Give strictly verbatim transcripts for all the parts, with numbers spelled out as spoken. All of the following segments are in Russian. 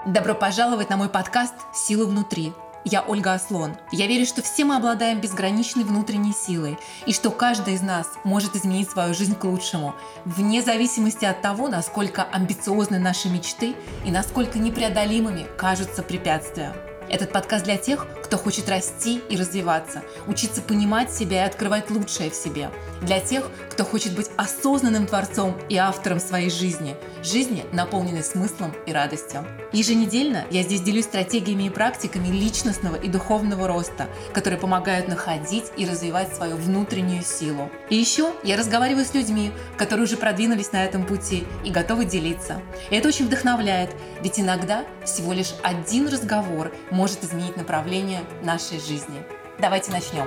Добро пожаловать на мой подкаст «Сила внутри». Я Ольга Аслон. Я верю, что все мы обладаем безграничной внутренней силой, и что каждый из нас может изменить свою жизнь к лучшему, вне зависимости от того, насколько амбициозны наши мечты и насколько непреодолимыми кажутся препятствия. Этот подкаст для тех, кто хочет расти и развиваться, учиться понимать себя и открывать лучшее в себе. Для тех, кто хочет быть осознанным творцом и автором своей жизни. Жизни, наполненной смыслом и радостью. Еженедельно я здесь делюсь стратегиями и практиками личностного и духовного роста, которые помогают находить и развивать свою внутреннюю силу. И еще я разговариваю с людьми, которые уже продвинулись на этом пути и готовы делиться. И это очень вдохновляет, ведь иногда всего лишь один разговор может изменить направление нашей жизни. Давайте начнем.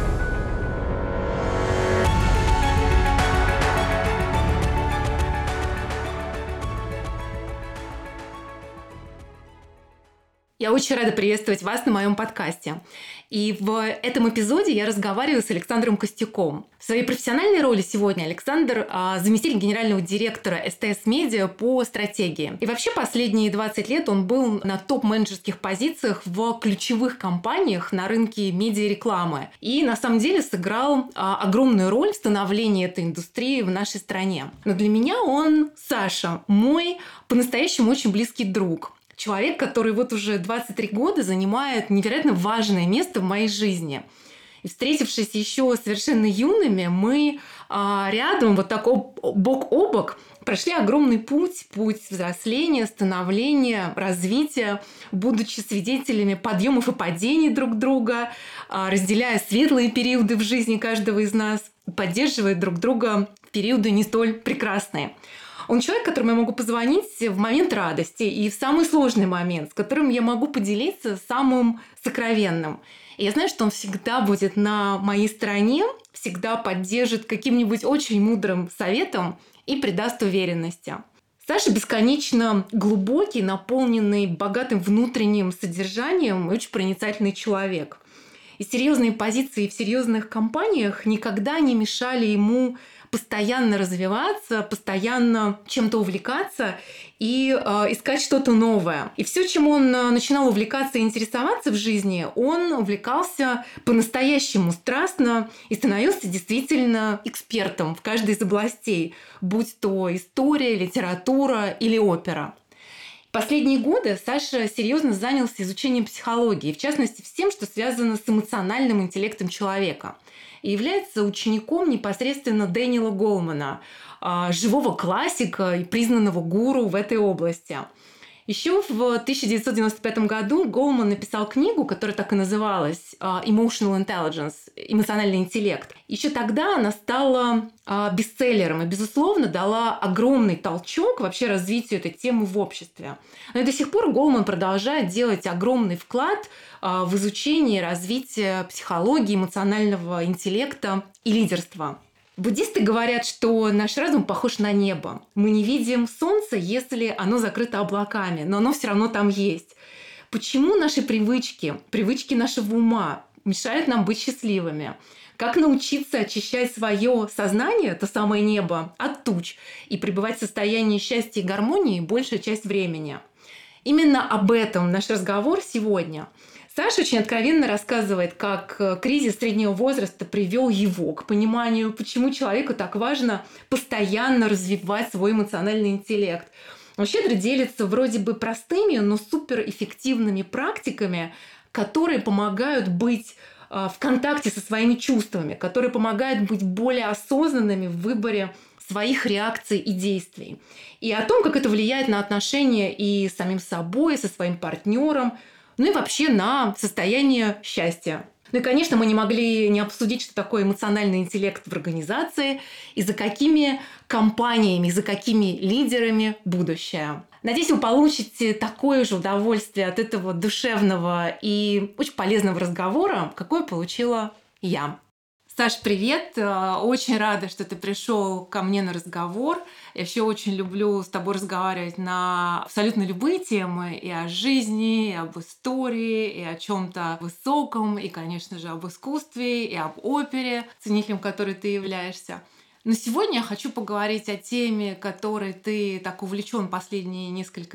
Я очень рада приветствовать вас на моем подкасте. И в этом эпизоде я разговариваю с Александром Костюком. В своей профессиональной роли сегодня Александр – заместитель генерального директора эс тэ эс Media по стратегии. И вообще последние двадцать лет он был на топ-менеджерских позициях в ключевых компаниях на рынке медиарекламы. И на самом деле сыграл огромную роль в становлении этой индустрии в нашей стране. Но для меня он Саша, мой по-настоящему очень близкий друг. Человек, который вот уже двадцать три года занимает невероятно важное место в моей жизни. И встретившись еще совершенно юными, мы а, рядом, вот так об, бок о бок, прошли огромный путь, путь взросления, становления, развития, будучи свидетелями подъемов и падений друг друга, а, разделяя светлые периоды в жизни каждого из нас, поддерживая друг друга в периоды не столь прекрасные. Он человек, которому я могу позвонить в момент радости и в самый сложный момент, с которым я могу поделиться самым сокровенным. И я знаю, что он всегда будет на моей стороне, всегда поддержит каким-нибудь очень мудрым советом и придаст уверенности. Саша бесконечно глубокий, наполненный богатым внутренним содержанием и очень проницательный человек. И серьезные позиции в серьезных компаниях никогда не мешали ему постоянно развиваться, постоянно чем-то увлекаться и э, искать что-то новое. И все, чем он начинал увлекаться и интересоваться в жизни, он увлекался по-настоящему страстно и становился действительно экспертом в каждой из областей, будь то история, литература или опера. Последние годы Саша серьезно занялся изучением психологии, в частности, всем, что связано с эмоциональным интеллектом человека. И является учеником непосредственно Дэниела Голмана, живого классика и признанного гуру в этой области. Еще в тысяча девятьсот девяносто пятом году Голман написал книгу, которая так и называлась «Emotional Intelligence», «Эмоциональный интеллект». Еще тогда она стала бестселлером и, безусловно, дала огромный толчок вообще развитию этой темы в обществе. Но и до сих пор Голман продолжает делать огромный вклад в изучение и развитие психологии, эмоционального интеллекта и лидерства. Буддисты говорят, что наш разум похож на небо. Мы не видим солнце, если оно закрыто облаками, но оно все равно там есть. Почему наши привычки, привычки нашего ума мешают нам быть счастливыми? Как научиться очищать свое сознание, то самое небо, от туч и пребывать в состоянии счастья и гармонии большую часть времени? Именно об этом наш разговор сегодня. Саша очень откровенно рассказывает, как кризис среднего возраста привел его к пониманию, почему человеку так важно постоянно развивать свой эмоциональный интеллект. Он щедро делится вроде бы простыми, но суперэффективными практиками, которые помогают быть в контакте со своими чувствами, которые помогают быть более осознанными в выборе своих реакций и действий. И о том, как это влияет на отношения и с самим собой, и со своим партнером, ну и вообще на состояние счастья. Ну и, конечно, мы не могли не обсудить, что такое эмоциональный интеллект в организации и за какими компаниями, за какими лидерами будущее. Надеюсь, вы получите такое же удовольствие от этого душевного и очень полезного разговора, какое получила я. Саш, привет! Очень рада, что ты пришел ко мне на разговор. Я вообще очень люблю с тобой разговаривать на абсолютно любые темы и о жизни, и об истории, и о чем-то высоком, и, конечно же, об искусстве, и об опере, ценителем которой ты являешься. Но сегодня я хочу поговорить о теме, которой ты так увлечен последние несколько лет.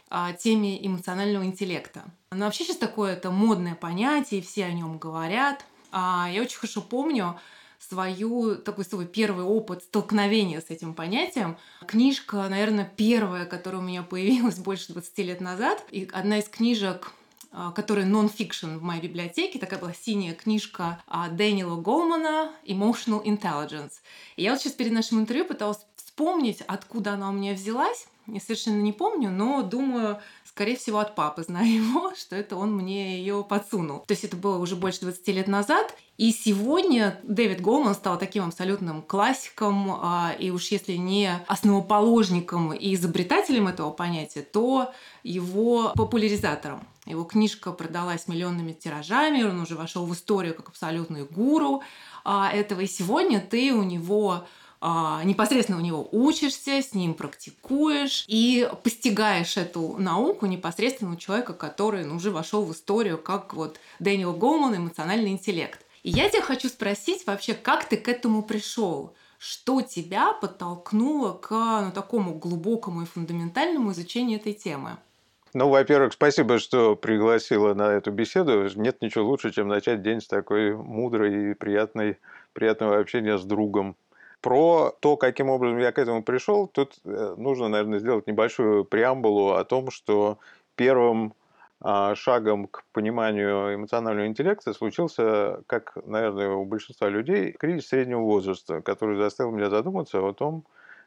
а, теме эмоционального интеллекта. Но вообще сейчас такое это модное понятие, все о нем говорят. А, я очень хорошо помню свою, такой свой первый опыт столкновения с этим понятием. Книжка, наверное, первая, которая у меня появилась больше двадцати лет назад. И одна из книжек, а, которая нон-фикшн в моей библиотеке, такая была синяя книжка а, Дэниела Голмана «Emotional Intelligence». И я вот сейчас перед нашим интервью пыталась вспомнить, откуда она у меня взялась. Я совершенно не помню, но думаю, скорее всего, от папы, знаю его, что это он мне ее подсунул. То есть это было уже больше двадцати лет назад. И сегодня Дэвид Голман стал таким абсолютным классиком, а, и уж если не основоположником и изобретателем этого понятия, то его популяризатором. Его книжка продалась миллионными тиражами, он уже вошел в историю как абсолютный гуру а, этого. И сегодня ты у него а, непосредственно у него учишься, с ним практикуешь и постигаешь эту науку непосредственно у человека, который ну, уже вошел в историю, как вот Дэниел Голман, эмоциональный интеллект. И я тебя хочу спросить вообще, как ты к этому пришел? Что тебя подтолкнуло к ну, такому глубокому и фундаментальному изучению этой темы? Ну, во-первых, спасибо, что пригласила на эту беседу. Нет ничего лучше, чем начать день с такой мудрой и приятной, приятного общения с другом. Про то, каким образом я к этому пришел, тут э, нужно, наверное, сделать небольшую преамбулу о том, что первым а, шагом к пониманию эмоционального интеллекта случился, как, наверное, у большинства людей, кризис среднего возраста, который заставил меня задуматься о том,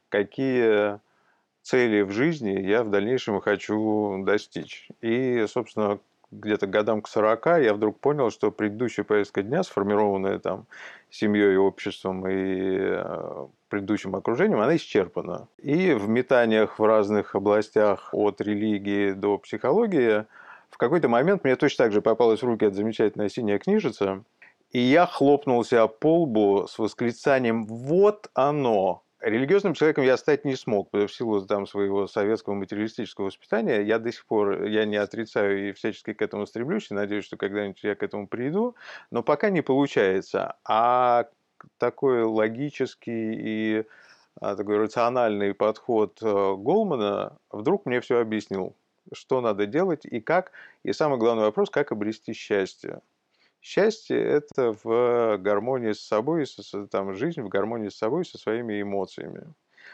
какие цели в жизни я в дальнейшем хочу достичь. И, собственно, где-то годам к сорока я вдруг понял, что предыдущая повестка дня, сформированная там семьей, обществом и э, предыдущим окружением, она исчерпана. И в метаниях в разных областях от религии до психологии в какой-то момент мне точно так же попалась в руки эта замечательная синяя книжица, и я хлопнулся по лбу с восклицанием «Вот оно!». Религиозным человеком я стать не смог, потому что в силу там, своего советского материалистического воспитания я до сих пор я не отрицаю и всячески к этому стремлюсь, и надеюсь, что когда-нибудь я к этому приду, но пока не получается. А такой логический и а, такой рациональный подход э, Голмана вдруг мне все объяснил, что надо делать и как, и самый главный вопрос, как обрести счастье. Счастье – это в гармонии с собой, со- там, жизнь в гармонии с собой, со своими эмоциями.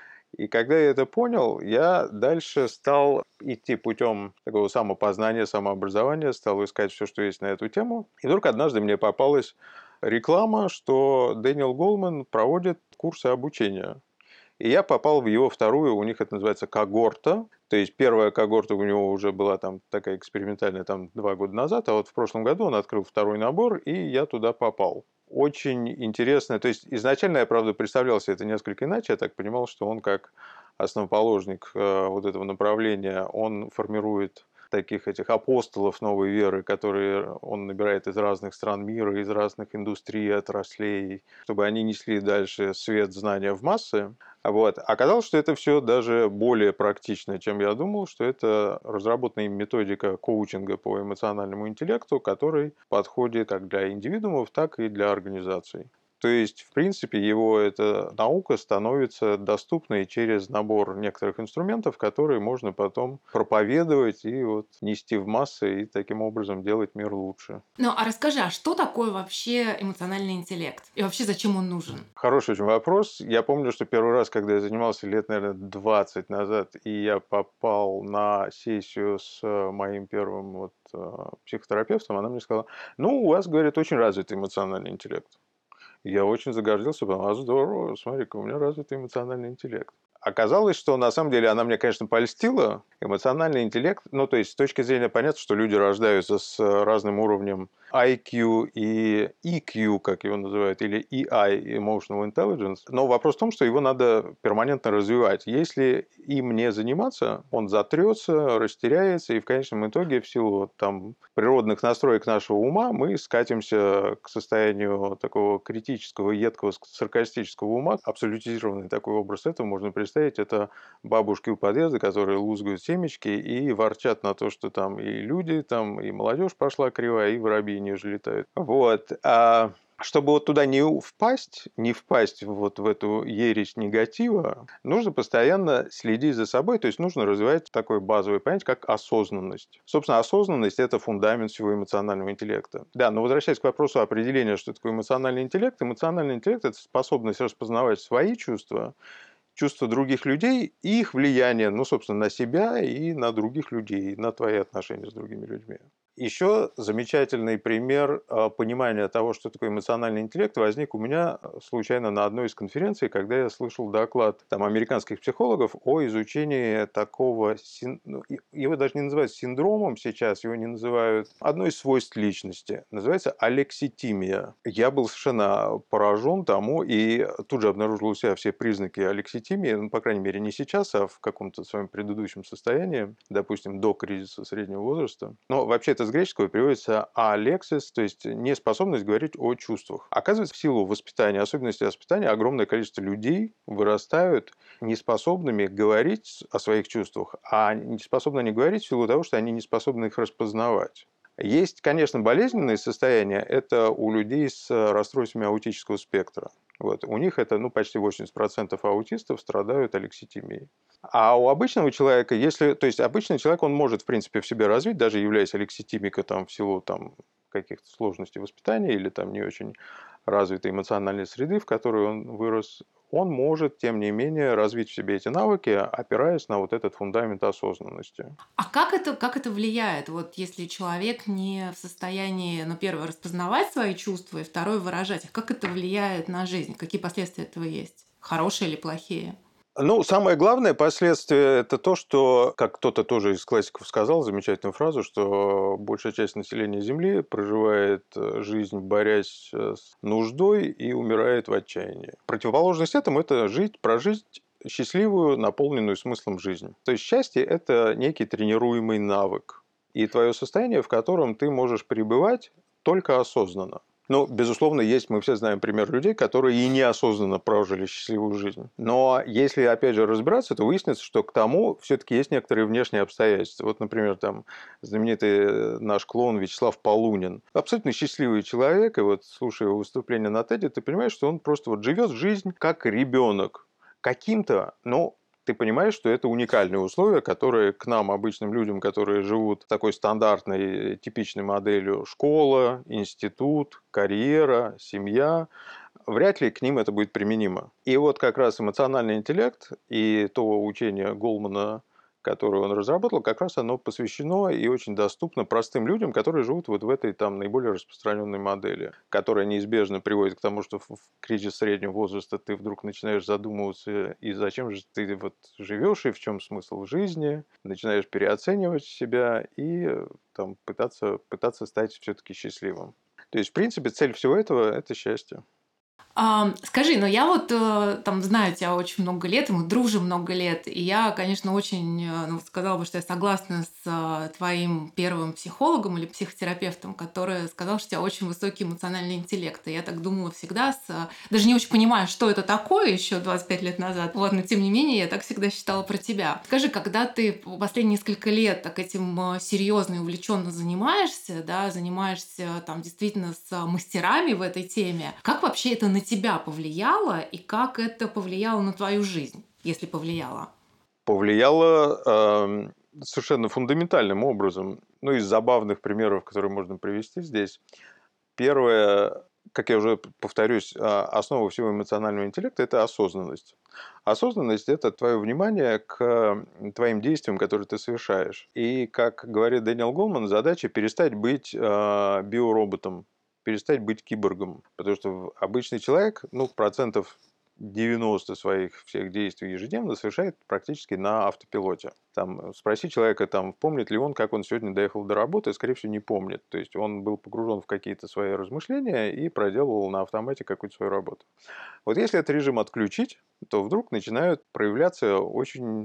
И когда я это понял, я дальше стал идти путем такого самопознания, самообразования, стал искать все, что есть на эту тему. И вдруг однажды мне попалась реклама, что Дэниел Голман проводит курсы обучения. И я попал в его вторую, у них это называется когорта. То есть первая когорта у него уже была там такая экспериментальная там два года назад, а вот в прошлом году он открыл второй набор, и я туда попал. Очень интересно. То есть изначально я, правда, представлял себе это несколько иначе. Я так понимал, что он как основоположник э, вот этого направления, он формирует таких этих апостолов новой веры, которые он набирает из разных стран мира, из разных индустрий, отраслей, чтобы они несли дальше свет знания в массы. Вот. Оказалось, что это все даже более практично, чем я думал, что это разработанная им методика коучинга по эмоциональному интеллекту, который подходит как для индивидуумов, так и для организаций. То есть, в принципе, его эта наука становится доступной через набор некоторых инструментов, которые можно потом проповедовать и вот нести в массы и таким образом делать мир лучше. Ну, а расскажи, а что такое вообще эмоциональный интеллект? И вообще, зачем он нужен? Хороший очень вопрос. Я помню, что первый раз, когда я занимался лет, наверное, двадцать назад, и я попал на сессию с э, моим первым вот, э, психотерапевтом, она мне сказала, ну, у вас, говорит, очень развитый эмоциональный интеллект. Я очень загордился, подумал, а здорово, смотри-ка, у меня развитый эмоциональный интеллект. Оказалось, что на самом деле она мне, конечно, польстила. Эмоциональный интеллект, ну, то есть с точки зрения понятно, что люди рождаются с разным уровнем ай кью и и кью, как его называют, или и ай, Emotional Intelligence. Но вопрос в том, что его надо перманентно развивать. Если им не заниматься, он затрется, растеряется, и в конечном итоге в силу там, природных настроек нашего ума мы скатимся к состоянию такого критического, едкого, саркастического ума. Абсолютизированный такой образ этого можно представить. Это бабушки у подъезда, которые лузгают семечки и ворчат на то, что там и люди, там и молодежь пошла кривая, и воробьи ниже летают. Вот. А Чтобы вот туда не впасть, не впасть вот в эту ересь негатива, нужно постоянно следить за собой, то есть нужно развивать такое базовое понятие, как осознанность. Собственно, осознанность – это фундамент всего эмоционального интеллекта. Да, но возвращаясь к вопросу определения, что такое эмоциональный интеллект, эмоциональный интеллект – это способность распознавать свои чувства, чувства других людей и их влияние, ну, собственно, на себя и на других людей, на твои отношения с другими людьми. Еще замечательный пример э, понимания того, что такое эмоциональный интеллект, возник у меня э, случайно на одной из конференций, когда я слышал доклад там, американских психологов о изучении такого, син- ну, и- его даже не называют синдромом сейчас, его не называют одной из свойств личности, называется алекситимия. Я был совершенно поражен тому и тут же обнаружил у себя все признаки алекситимии, ну, по крайней мере, не сейчас, а в каком-то своем предыдущем состоянии, допустим, до кризиса среднего возраста. Но вообще это с греческого переводится алексис, то есть неспособность говорить о чувствах. Оказывается, в силу воспитания, особенностей воспитания, огромное количество людей вырастают неспособными говорить о своих чувствах, а не способны они говорить в силу того, что они не способны их распознавать. Есть, конечно, болезненные состояния, это у людей с расстройствами аутического спектра. Вот. У них это ну, почти восемьдесят процентов аутистов страдают алекситимией. А у обычного человека, если, то есть обычный человек, он может, в принципе, в себе развить, даже являясь алекситимиком там, в силу там, каких-то сложностей воспитания или там, не очень развитой эмоциональной среды, в которой он вырос, он может, тем не менее, развить в себе эти навыки, опираясь на вот этот фундамент осознанности. А как это, как это влияет, вот если человек не в состоянии, ну, первое, распознавать свои чувства, и второе, выражать их? Как это влияет на жизнь? Какие последствия этого есть? Хорошие или плохие? Ну, самое главное последствие – это то, что, как кто-то тоже из классиков сказал, замечательную фразу, что большая часть населения Земли проживает э, жизнь, борясь э, с нуждой, и умирает в отчаянии. Противоположность этому – это жить, прожить счастливую, наполненную смыслом жизнь. То есть счастье – это некий тренируемый навык. И твое состояние, в котором ты можешь пребывать только осознанно. Ну, безусловно, есть, мы все знаем пример людей, которые и неосознанно прожили счастливую жизнь. Но если, опять же, разбираться, то выяснится, что к тому все-таки есть некоторые внешние обстоятельства. Вот, например, там знаменитый наш клоун Вячеслав Полунин. Абсолютно счастливый человек, и вот слушая его выступление на TED, ты понимаешь, что он просто вот живет жизнь как ребенок. Каким-то, ну, ты понимаешь, что это уникальные условия, которые к нам, обычным людям, которые живут такой стандартной, типичной моделью школа, институт, карьера, семья, вряд ли к ним это будет применимо. И вот как раз эмоциональный интеллект и то учение Голмана, которое он разработал, как раз оно посвящено и очень доступно простым людям, которые живут вот в этой там наиболее распространенной модели, которая неизбежно приводит к тому, что в кризис среднего возраста ты вдруг начинаешь задумываться, и зачем же ты вот живешь, и в чем смысл жизни, начинаешь переоценивать себя и там, пытаться, пытаться стать все-таки счастливым. То есть, в принципе, цель всего этого – это счастье. А, скажи, ну я вот э, там знаю тебя очень много лет, и мы дружим много лет, и я, конечно, очень, э, ну, сказала бы, что я согласна с э, твоим первым психологом или психотерапевтом, который сказал, что у тебя очень высокий эмоциональный интеллект. И я так думала всегда, с, э, даже не очень понимаю, что это такое еще двадцать пять лет назад, вот, но тем не менее я так всегда считала про тебя. Скажи, когда ты последние несколько лет так этим э, серьезно и увлеченно занимаешься, да, занимаешься там действительно с мастерами в этой теме, как вообще это на тебя повлияло и как это повлияло на твою жизнь, если повлияло? Повлияло э, совершенно фундаментальным образом. Ну, из забавных примеров, которые можно привести здесь. Первое, как я уже повторюсь, а, основа всего эмоционального интеллекта – это осознанность. Осознанность – это твое внимание к твоим действиям, которые ты совершаешь. И, как говорит Дэниел Голман, задача перестать быть э, биороботом, перестать быть киборгом. Потому что обычный человек, ну, процентов девяносто своих всех действий ежедневно совершает практически на автопилоте. Там, спроси человека, там, помнит ли он, как он сегодня доехал до работы, скорее всего, не помнит. То есть он был погружен в какие-то свои размышления и проделывал на автомате какую-то свою работу. Вот если этот режим отключить, то вдруг начинают проявляться очень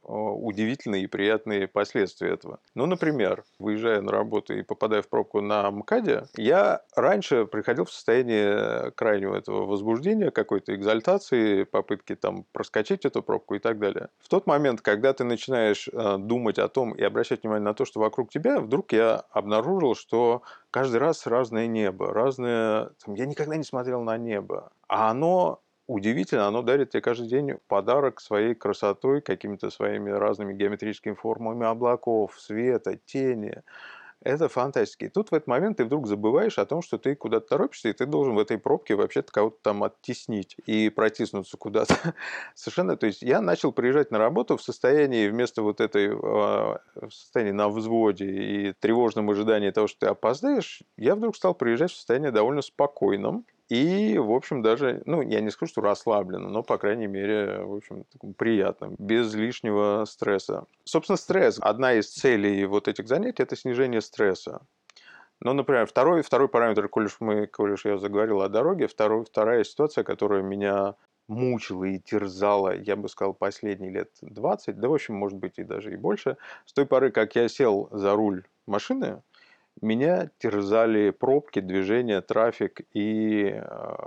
удивительные и приятные последствия этого. Ну, например, выезжая на работу и попадая в пробку на МКАДе, я раньше приходил в состояние крайнего этого возбуждения, какой-то экзальтации, попытки там проскочить эту пробку и так далее. В тот момент, когда ты начинаешь думать о том и обращать внимание на то, что вокруг тебя, вдруг я обнаружил, что каждый раз разное небо, разное... Я никогда не смотрел на небо, а оно... Удивительно, оно дарит тебе каждый день подарок своей красотой, какими-то своими разными геометрическими формами облаков, света, тени. Это фантастика. И тут в этот момент ты вдруг забываешь о том, что ты куда-то торопишься, и ты должен в этой пробке вообще-то кого-то там оттеснить и протиснуться куда-то. Совершенно. То есть я начал приезжать на работу в состоянии, вместо вот этой, в состоянии на взводе и тревожном ожидании того, что ты опоздаешь, я вдруг стал приезжать в состоянии довольно спокойном. И, в общем, даже, ну, я не скажу, что расслабленно, но, по крайней мере, в общем, приятно, без лишнего стресса. Собственно, стресс. Одна из целей вот этих занятий – это снижение стресса. Ну, например, второй, второй параметр, коль уж, мы, коль уж я заговорил о дороге, второй, вторая ситуация, которая меня мучила и терзала, я бы сказал, последние лет двадцать, да, в общем, может быть, и даже и больше, с той поры, как я сел за руль машины, меня терзали пробки, движения, трафик и э,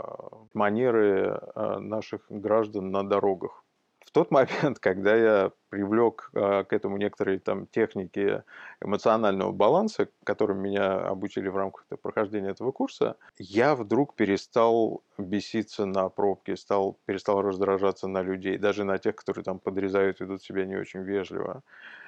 манеры э, наших граждан на дорогах. В тот момент, когда я привлек э, к этому некоторые там техники эмоционального баланса, которым меня обучили в рамках прохождения этого курса, я вдруг перестал беситься на пробки, стал, перестал раздражаться на людей, даже на тех, которые там подрезают, ведут себя не очень вежливо.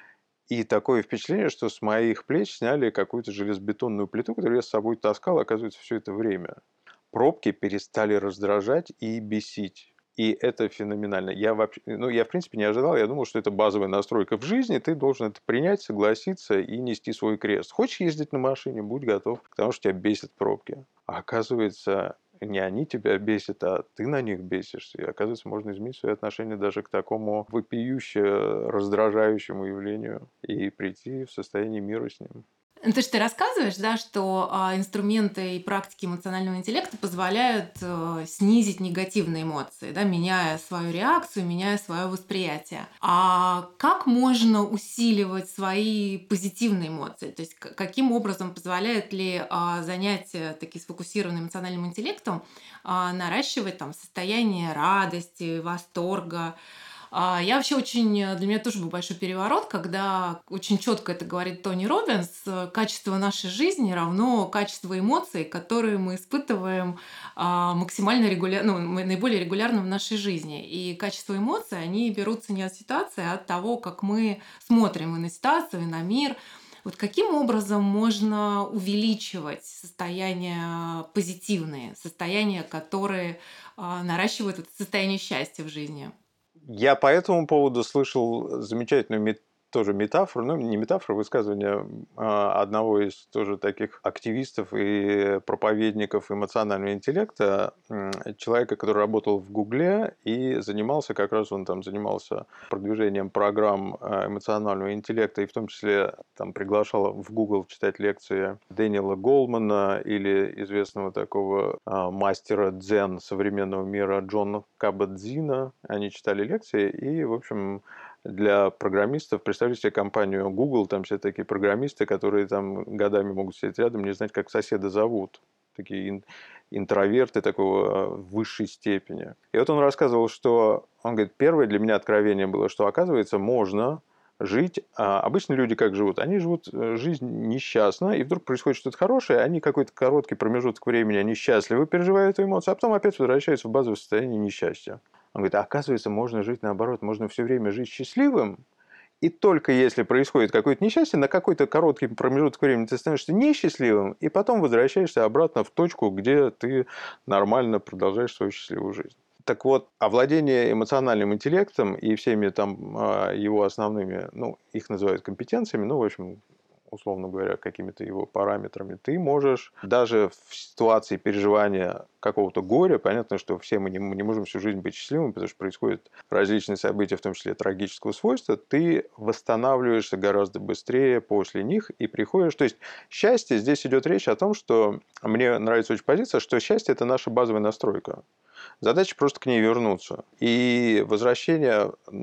И такое впечатление, что с моих плеч сняли какую-то железобетонную плиту, которую я с собой таскал, оказывается, все это время. Пробки перестали раздражать и бесить. И это феноменально. Я, вообще, ну, я, в принципе, не ожидал. Я думал, что это базовая настройка в жизни. Ты должен это принять, согласиться и нести свой крест. Хочешь ездить на машине, будь готов к тому, что тебя бесят пробки. А оказывается, не они тебя бесят, а ты на них бесишься. И, оказывается, можно изменить свои отношения даже к такому вопиюще раздражающему явлению и прийти в состояние мира с ним. Ну, то, что ты рассказываешь, да, что а, инструменты и практики эмоционального интеллекта позволяют а, снизить негативные эмоции, да, меняя свою реакцию, меняя свое восприятие. А как можно усиливать свои позитивные эмоции? То есть к- каким образом позволяет ли а, занятие таким сфокусированным эмоциональным интеллектом а, наращивать там состояние радости, восторга? А, Я вообще очень, для меня тоже был большой переворот, когда очень четко это говорит Тони Роббинс, э, качество нашей жизни равно качество эмоций, которые мы испытываем а, максимально регулярно, ну, мы- наиболее регулярно в нашей жизни. И качество эмоций, они берутся не от ситуации, а от того, как мы смотрим и на ситуацию, и на мир. Вот каким образом можно увеличивать состояния позитивные, состояния, которые а, наращивают это состояние счастья в жизни? Я по этому поводу слышал замечательную мет- тоже метафору, ну не метафору, высказывание а, одного из тоже таких активистов и проповедников эмоционального интеллекта, м, человека, который работал в Гугле и занимался, как раз он там занимался продвижением программ а, эмоционального интеллекта, и в том числе там приглашал в Google читать лекции Дэниела Голмана или известного такого а, мастера дзен современного мира Джона Кабадзина. Они читали лекции, и, в общем, для программистов, представьте себе компанию Google, там все такие программисты, которые там годами могут сидеть рядом, не знать, как соседа зовут. Такие ин- интроверты такого высшей степени. И вот он рассказывал, что, он говорит, первое для меня откровение было, что, оказывается, можно жить. А обычно люди как живут? Они живут э, жизнь несчастно, и вдруг происходит что-то хорошее, они какой-то короткий промежуток времени, они счастливы, переживают эту эмоцию, а потом опять возвращаются в базовое состояние несчастья. Он говорит, а оказывается, можно жить наоборот, можно все время жить счастливым, и только если происходит какое-то несчастье, на какой-то короткий промежуток времени ты становишься несчастливым, и потом возвращаешься обратно в точку, где ты нормально продолжаешь свою счастливую жизнь. Так вот, овладение эмоциональным интеллектом и всеми там а, его основными, ну, их называют компетенциями, ну, в общем, условно говоря, какими-то его параметрами, ты можешь даже в ситуации переживания какого-то горя, понятно, что все мы не, мы не можем всю жизнь быть счастливыми, потому что происходят различные события, в том числе трагического свойства, ты восстанавливаешься гораздо быстрее после них и приходишь... То есть счастье, здесь идет речь о том, что мне нравится очень позиция, что счастье – это наша базовая настройка. Задача просто к ней вернуться. И возвращение, ну вот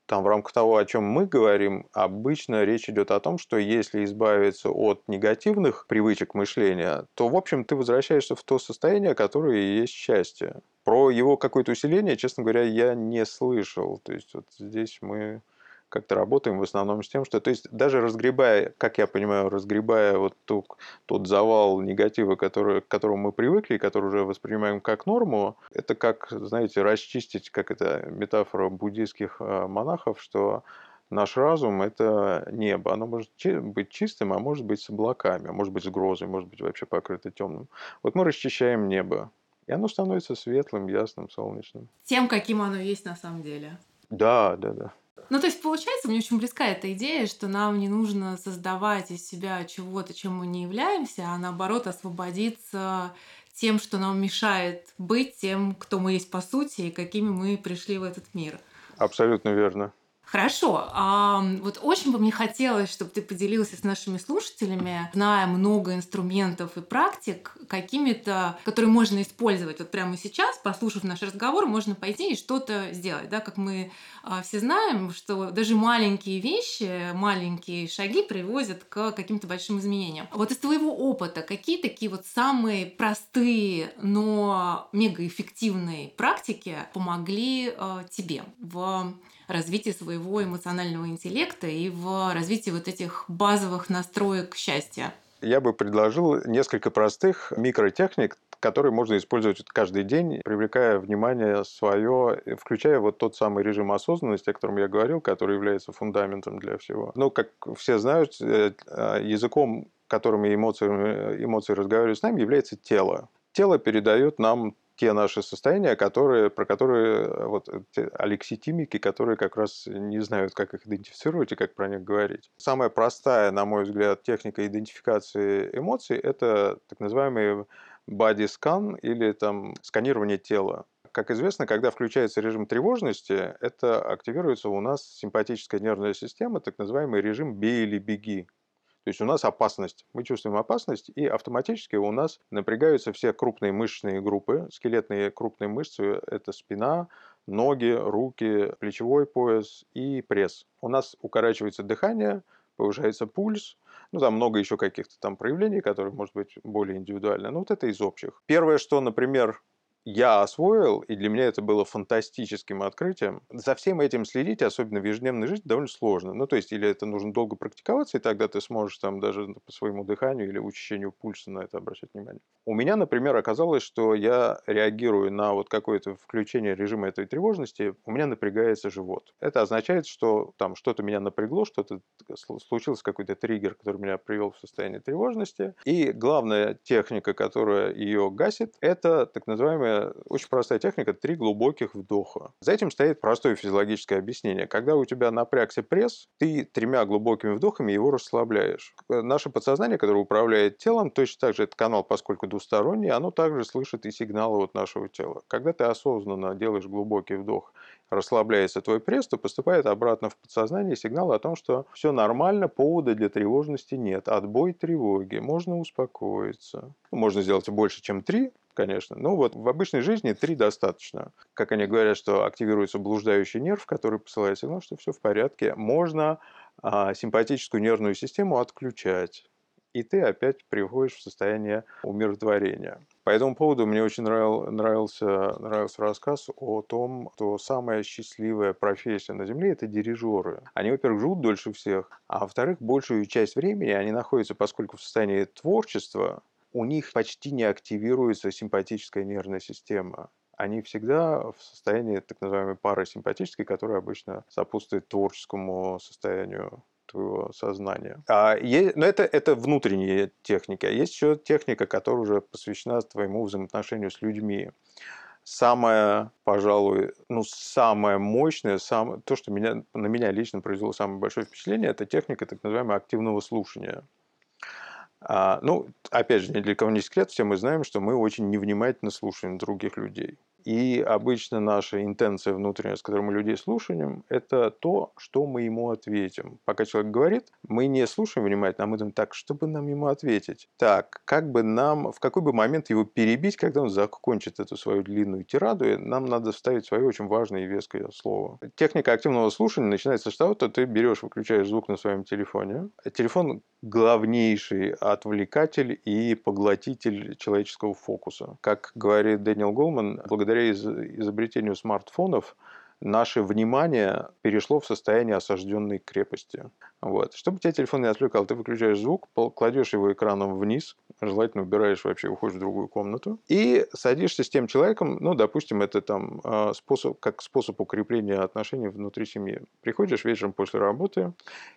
Там в рамках того, о чем мы говорим, обычно речь идет о том, что если избавиться от негативных привычек мышления, то, в общем, ты возвращаешься в то состояние, которое и есть счастье. Про его какое-то усиление, честно говоря, я не слышал. То есть вот здесь мы как-то работаем в основном с тем, что, то есть даже разгребая, как я понимаю, разгребая вот ту, тот завал негатива, который, к которому мы привыкли, который уже воспринимаем как норму, это как, знаете, расчистить, как это метафора буддийских э, монахов, что наш разум – это небо. Оно может быть чистым, а может быть с облаками, а может быть с грозой, может быть вообще покрыто темным. Вот мы расчищаем небо, и оно становится светлым, ясным, солнечным. Тем, каким оно есть на самом деле. Да, да, да. Ну, то есть, получается, мне очень близка эта идея, что нам не нужно создавать из себя чего-то, чем мы не являемся, а наоборот освободиться тем, что нам мешает быть тем, кто мы есть по сути и какими мы пришли в этот мир. Абсолютно верно. Хорошо. А вот очень бы мне хотелось, чтобы ты поделился с нашими слушателями, зная много инструментов и практик, какими-то, которые можно использовать вот прямо сейчас, послушав наш разговор, можно пойти и что-то сделать. Да? Как мы а, все знаем, что даже маленькие вещи, маленькие шаги приводят к каким-то большим изменениям. Вот из твоего опыта, какие такие вот самые простые, но мегаэффективные практики помогли а, тебе в развитии своего эмоционального интеллекта и в развитии вот этих базовых настроек счастья? Я бы предложил несколько простых микротехник, которые можно использовать каждый день, привлекая внимание свое, включая вот тот самый режим осознанности, о котором я говорил, который является фундаментом для всего. Ну, как все знают, языком, которым эмоции, эмоции разговаривают с нами, является тело. Тело передает нам те наши состояния, которые, про которые вот, алекситимики, которые как раз не знают, как их идентифицировать и как про них говорить. Самая простая, на мой взгляд, техника идентификации эмоций – это так называемый body scan или там, сканирование тела. Как известно, когда включается режим тревожности, это активируется у нас симпатическая нервная система, так называемый режим «бей или беги». То есть у нас опасность, мы чувствуем опасность, и автоматически у нас напрягаются все крупные мышечные группы, скелетные крупные мышцы – это спина, ноги, руки, плечевой пояс и пресс. У нас укорачивается дыхание, повышается пульс, ну там много еще каких-то там проявлений, которые, может быть, более индивидуально. Но вот это из общих. Первое, что, например, я освоил, и для меня это было фантастическим открытием. За всем этим следить, особенно в ежедневной жизни, довольно сложно. Ну, то есть, или это нужно долго практиковаться, и тогда ты сможешь там даже по своему дыханию или учащению пульса на это обращать внимание. У меня, например, оказалось, что я реагирую на вот какое-то включение режима этой тревожности, у меня напрягается живот. Это означает, что там что-то меня напрягло, что-то случился какой-то триггер, который меня привел в состояние тревожности. И главная техника, которая ее гасит, это так называемая очень простая техника – три глубоких вдоха. За этим стоит простое физиологическое объяснение. Когда у тебя напрягся пресс, ты тремя глубокими вдохами его расслабляешь. Наше подсознание, которое управляет телом, точно так же этот канал, поскольку двусторонний, оно также слышит и сигналы от нашего тела. Когда ты осознанно делаешь глубокий вдох, расслабляется твой пресс, то поступает обратно в подсознание сигнал о том, что все нормально, повода для тревожности нет. Отбой тревоги, можно успокоиться. Можно сделать больше, чем три, конечно. Но вот в обычной жизни три достаточно. Как они говорят, что активируется блуждающий нерв, который посылает сигнал, что все в порядке. Можно а, симпатическую нервную систему отключать. И ты опять приходишь в состояние умиротворения. По этому поводу мне очень нравил, нравился, нравился рассказ о том, что самая счастливая профессия на Земле – это дирижеры. Они, во-первых, живут дольше всех, а во-вторых, большую часть времени они находятся, поскольку в состоянии творчества, у них почти не активируется симпатическая нервная система. Они всегда в состоянии так называемой парасимпатической, которая обычно сопутствует творческому состоянию твоего сознания. А есть, но это, это внутренние техники. А есть еще техника, которая уже посвящена твоему взаимоотношению с людьми. Самое, пожалуй, ну, самое мощное, сам, то, что меня, на меня лично произвело самое большое впечатление, это техника так называемого активного слушания. А, ну, опять же, ни для кого не секрет, все мы знаем, что мы очень невнимательно слушаем других людей. И обычно наша интенция внутренняя, с которой мы людей слушаем, это то, что мы ему ответим. Пока человек говорит, мы не слушаем внимательно, а мы думаем, так, что бы нам ему ответить? Так, как бы нам, в какой бы момент его перебить, когда он закончит эту свою длинную тираду, и нам надо вставить свое очень важное и веское слово. Техника активного слушания начинается с того, что ты берешь, выключаешь звук на своем телефоне. Телефон главнейший отвлекатель и поглотитель человеческого фокуса. Как говорит Дэниел Голман, благодаря изобретению смартфонов наше внимание перешло в состояние осажденной крепости. Вот. Чтобы тебя телефон не отвлекал, ты выключаешь звук, кладешь его экраном вниз, желательно убираешь вообще, уходишь в другую комнату, и садишься с тем человеком, ну, допустим, это там способ, как способ укрепления отношений внутри семьи. Приходишь вечером после работы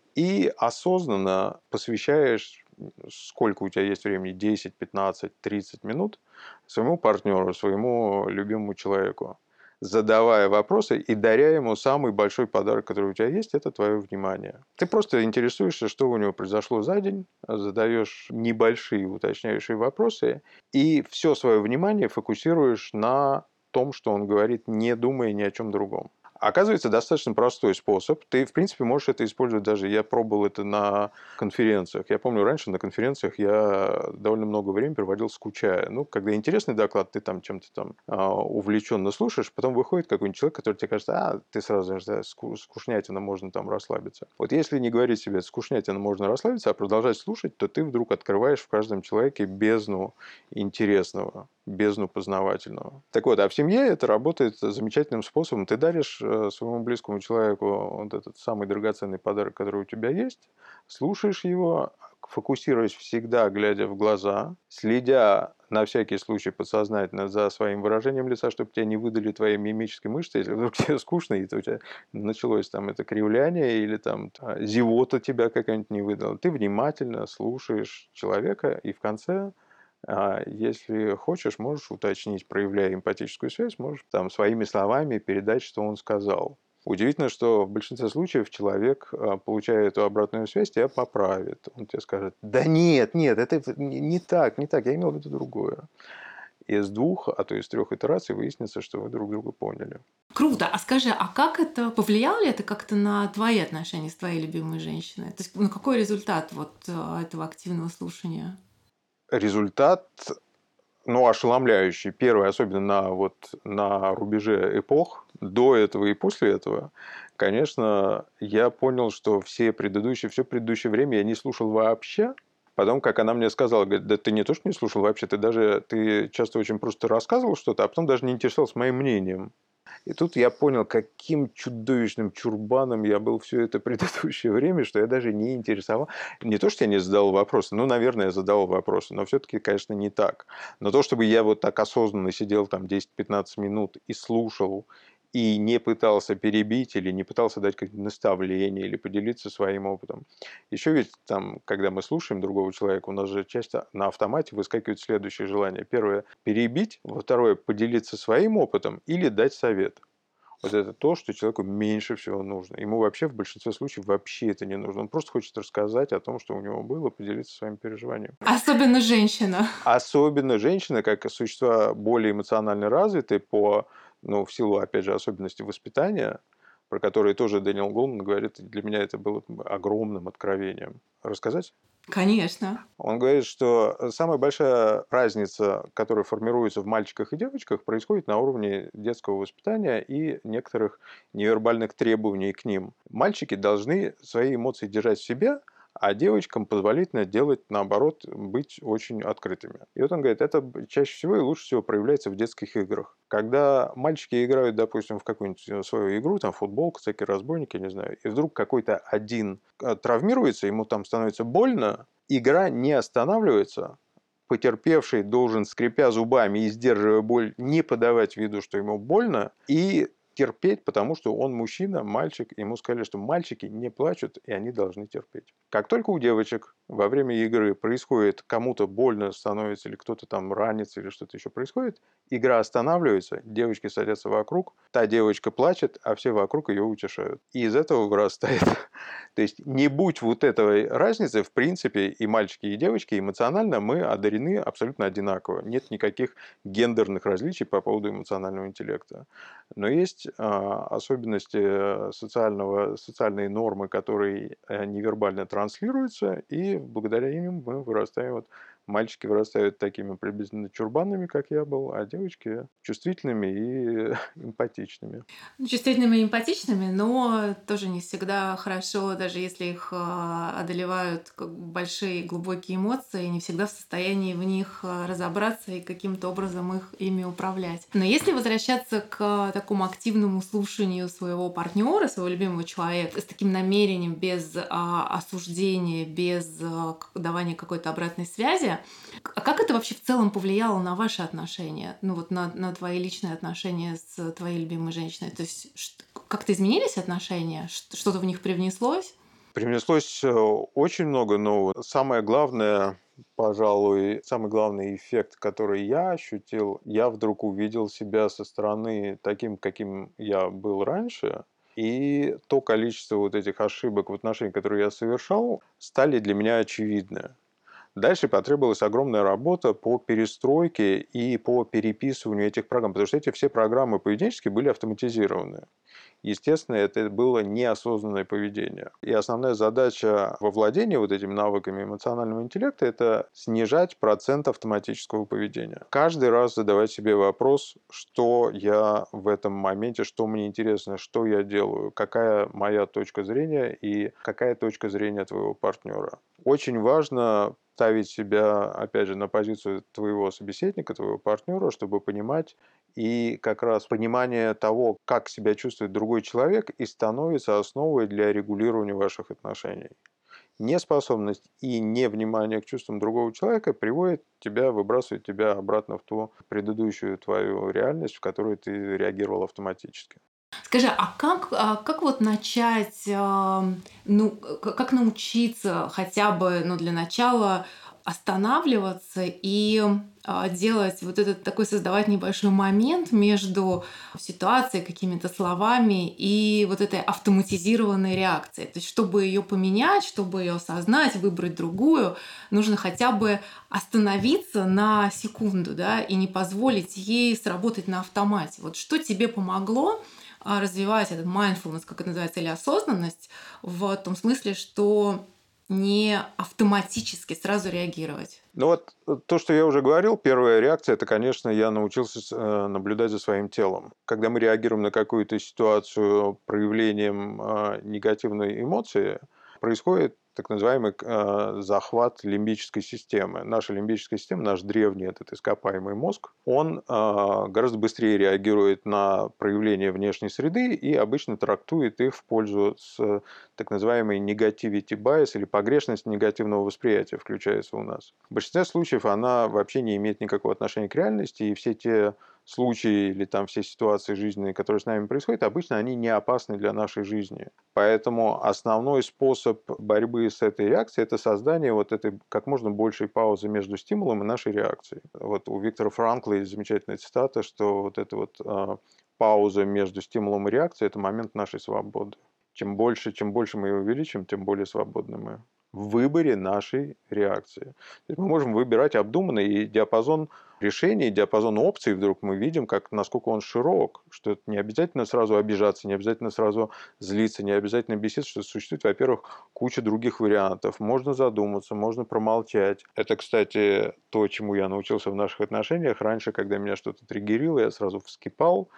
и осознанно посвящаешь, сколько у тебя есть времени, десять, пятнадцать, тридцать минут, своему партнеру, своему любимому человеку, задавая вопросы и даря ему самый большой подарок, который у тебя есть, это твое внимание. Ты просто интересуешься, что у него произошло за день, задаешь небольшие уточняющие вопросы и все свое внимание фокусируешь на том, что он говорит, не думая ни о чем другом. Оказывается, достаточно простой способ. Ты, в принципе, можешь это использовать даже. Я пробовал это на конференциях. Я помню, раньше на конференциях я довольно много времени проводил, скучая. Ну, когда интересный доклад, ты там чем-то там а, увлеченно слушаешь, потом выходит какой-нибудь человек, который тебе кажется, а, ты сразу же, да, скучнятина, можно там расслабиться. Вот если не говорить себе, скучнятина, можно расслабиться, а продолжать слушать, то ты вдруг открываешь в каждом человеке бездну интересного, бездну познавательного. Так вот, а в семье это работает замечательным способом. Ты даришь своему близкому человеку вот этот самый драгоценный подарок, который у тебя есть, слушаешь его, фокусируясь всегда, глядя в глаза, следя на всякий случай подсознательно за своим выражением лица, чтобы тебя не выдали твои мимические мышцы, если вдруг тебе скучно, и у тебя началось там это кривляние или там зевота тебя какая-нибудь не выдала. Ты внимательно слушаешь человека, и в конце, если хочешь, можешь уточнить, проявляя эмпатическую связь, можешь там своими словами передать, что он сказал. Удивительно, что в большинстве случаев человек, получая эту обратную связь, тебя поправит. Он тебе скажет, да нет, нет, это не так, не так, я имел в виду другое. Из двух, а то из трех итераций выяснится, что вы друг друга поняли. Круто. А скажи, а как это, повлияло ли это как-то на твои отношения с твоей любимой женщиной? То есть, ну, какой результат вот этого активного слушания? Результат, ну, ошеломляющий. Первый, особенно на, вот, на рубеже эпох, до этого и после этого, конечно, я понял, что все предыдущие, все предыдущее время я не слушал вообще. Потом, как она мне сказала, говорит, да ты не то, что не слушал вообще, ты даже, ты часто очень просто рассказывал что-то, а потом даже не интересовался моим мнением. И тут я понял, каким чудовищным чурбаном я был все это предыдущее время, что я даже не интересовал. Не то, что я не задавал вопросы, ну, наверное, я задавал вопросы, но все-таки, конечно, не так. Но то, чтобы я вот так осознанно сидел там десять-пятнадцать минут и слушал, и не пытался перебить, или не пытался дать какие-то наставления, или поделиться своим опытом. Еще ведь там, когда мы слушаем другого человека, у нас же часто на автомате выскакивают следующие желания. Первое – перебить, во второе – поделиться своим опытом или дать совет. Вот это то, что человеку меньше всего нужно. Ему вообще в большинстве случаев вообще это не нужно. Он просто хочет рассказать о том, что у него было, поделиться своим переживанием. Особенно женщина. Особенно женщины, как существа более эмоционально развитые по, ну, в силу, опять же, особенностей воспитания, про которые тоже Дэниел Голман говорит, для меня это было огромным откровением. Рассказать? Конечно. Он говорит, что самая большая разница, которая формируется в мальчиках и девочках, происходит на уровне детского воспитания и некоторых невербальных требований к ним. Мальчики должны свои эмоции держать в себе, а девочкам позволительно делать, наоборот, быть очень открытыми. И вот он говорит, это чаще всего и лучше всего проявляется в детских играх. Когда мальчики играют, допустим, в какую-нибудь свою игру, там футбол, всякие разбойники, не знаю, и вдруг какой-то один травмируется, ему там становится больно, игра не останавливается, потерпевший должен, скрипя зубами и сдерживая боль, не подавать виду, что ему больно, и терпеть, потому что он мужчина, мальчик, ему сказали, что мальчики не плачут, и они должны терпеть. Как только у девочек во время игры происходит, кому-то больно становится, или кто-то там ранится, или что-то еще происходит, игра останавливается, девочки садятся вокруг, та девочка плачет, а все вокруг ее утешают. И из этого вырастает То есть не будь вот этой разницы, в принципе, и мальчики, и девочки эмоционально мы одарены абсолютно одинаково. Нет никаких гендерных различий по поводу эмоционального интеллекта. Но есть а, особенности социального, социальные нормы, которые э, невербально транслируются, и благодаря им мы вырастаем. Вот мальчики вырастают такими приблизительно чурбанами, как я был, а девочки чувствительными и эмпатичными. Ну, чувствительными и эмпатичными, но тоже не всегда хорошо, даже если их а, одолевают как бы большие глубокие эмоции, не всегда в состоянии в них а, разобраться и каким-то образом их ими управлять. Но если возвращаться к такому активному слушанию своего партнера, своего любимого человека, с таким намерением, без а, осуждения, без а, к- давания какой-то обратной связи, а как это вообще в целом повлияло на ваши отношения? Ну вот на, на твои личные отношения с твоей любимой женщиной? То есть ш- как-то изменились отношения? Ш- Что-то в них привнеслось? Привнеслось э, очень много нового. Самое главное, пожалуй, самый главный эффект, который я ощутил, я вдруг увидел себя со стороны таким, каким я был раньше, и то количество вот этих ошибок в отношениях, которые я совершал, стали для меня очевидны. Дальше потребовалась огромная работа по перестройке и по переписыванию этих программ, потому что эти все программы поведенческие были автоматизированы. Естественно, это было неосознанное поведение. И основная задача во владении вот этими навыками эмоционального интеллекта – это снижать процент автоматического поведения. Каждый раз задавать себе вопрос, что я в этом моменте, что мне интересно, что я делаю, какая моя точка зрения и какая точка зрения твоего партнера. Очень важно ставить себя, опять же, на позицию твоего собеседника, твоего партнера, чтобы понимать, и как раз понимание того, как себя чувствует другой человек, и становится основой для регулирования ваших отношений. Неспособность и невнимание к чувствам другого человека приводит тебя, выбрасывает тебя обратно в ту предыдущую твою реальность, в которой ты реагировал автоматически. Скажи, а как, а как вот начать, а, ну, к- как научиться хотя бы, ну, для начала останавливаться и а, делать вот этот такой, создавать небольшой момент между ситуацией, какими-то словами и вот этой автоматизированной реакцией. То есть, чтобы ее поменять, чтобы ее осознать, выбрать другую, нужно хотя бы остановиться на секунду, да, и не позволить ей сработать на автомате. Вот что тебе помогло а, развивать этот mindfulness, как это называется, или осознанность, в том смысле, что не автоматически сразу реагировать. Ну вот э, то, что я уже говорил, первая реакция, это, конечно, я научился с- э, наблюдать за своим телом. Когда мы реагируем на какую-то ситуацию проявлением э, негативной эмоции, происходит так называемый э, захват лимбической системы. Наша лимбическая система, наш древний этот ископаемый мозг, он э, гораздо быстрее реагирует на проявления внешней среды и обычно трактует их в пользу с так называемый negativity bias или погрешность негативного восприятия включается у нас. В большинстве случаев она вообще не имеет никакого отношения к реальности, и все те случаи или там все ситуации жизненные, которые с нами происходят, обычно они не опасны для нашей жизни. Поэтому основной способ борьбы с этой реакцией – это создание вот этой как можно большей паузы между стимулом и нашей реакцией. Вот у Виктора Франкла есть замечательная цитата, что вот эта вот э, пауза между стимулом и реакцией – это момент нашей свободы. Чем больше, чем больше мы ее увеличим, тем более свободны мы в выборе нашей реакции. То есть мы можем выбирать обдуманно, и диапазон решений, диапазон опций вдруг мы видим, как, насколько он широк, что это не обязательно сразу обижаться, не обязательно сразу злиться, не обязательно беситься, что существует, во-первых, куча других вариантов. Можно задуматься, можно промолчать. Это, кстати, то, чему я научился в наших отношениях. Раньше, когда меня что-то триггерило, я сразу вскипал,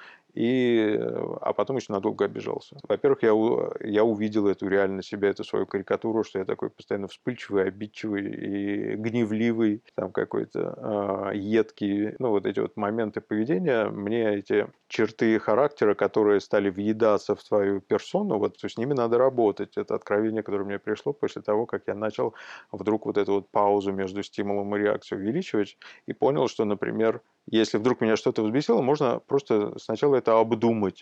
и, а потом еще надолго обижался. Во-первых, я, у- я увидел эту реально себя, эту свою карикатуру, что я такой постоянно вспыльчивый, обидчивый и гневливый, там какой-то э, едкий. Ну, вот эти вот моменты поведения, мне эти черты характера, которые стали въедаться в твою персону, вот с ними надо работать. Это откровение, которое мне пришло после того, как я начал вдруг вот эту вот паузу между стимулом и реакцией увеличивать, и понял, что, например, если вдруг меня что-то взбесило, можно просто сначала это обдумать.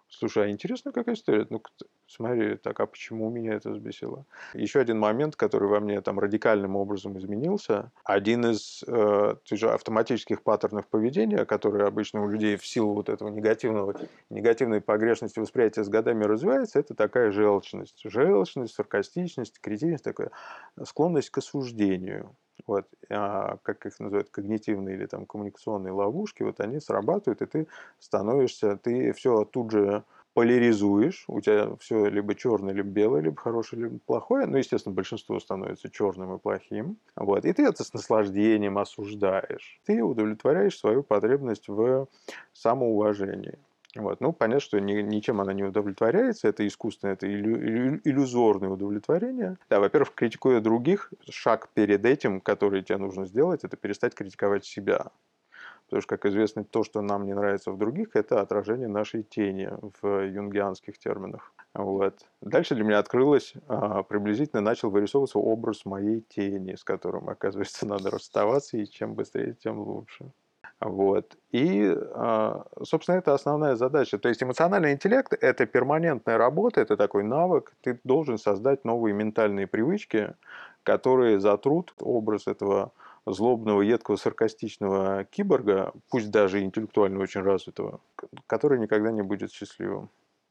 Слушай, а интересная какая история. Ну, к- смотри, так, а почему меня это взбесило? Еще один момент, который во мне там радикальным образом изменился. Один из э, той же автоматических паттернов поведения, которые обычно у людей в силу вот этого негативного, негативной погрешности восприятия с годами развивается, это такая желчность. Желчность, саркастичность, критичность, такая склонность к осуждению. Вот, а, как их называют, когнитивные или там коммуникационные ловушки, вот они срабатывают, и ты становишься, ты все тут же поляризуешь, у тебя все либо черное, либо белое, либо хорошее, либо плохое, ну, естественно, большинство становится черным и плохим, вот, и ты это с наслаждением осуждаешь, ты удовлетворяешь свою потребность в самоуважении. Вот. Ну, понятно, что ни, ничем она не удовлетворяется, это искусственное, это иллю, иллю, иллюзорное удовлетворение. Да, во-первых, критикуя других, шаг перед этим, который тебе нужно сделать, это перестать критиковать себя. Потому что, как известно, то, что нам не нравится в других, это отражение нашей тени в юнгианских терминах. Вот. Дальше для меня открылось, а, приблизительно начал вырисовываться образ моей тени, с которым, оказывается, надо расставаться, и чем быстрее, тем лучше. Вот. И, а, собственно, это основная задача. То есть эмоциональный интеллект – это перманентная работа, это такой навык. Ты должен создать новые ментальные привычки, которые затрут образ этого злобного, едкого, саркастичного киборга, пусть даже интеллектуально очень развитого, который никогда не будет счастливым.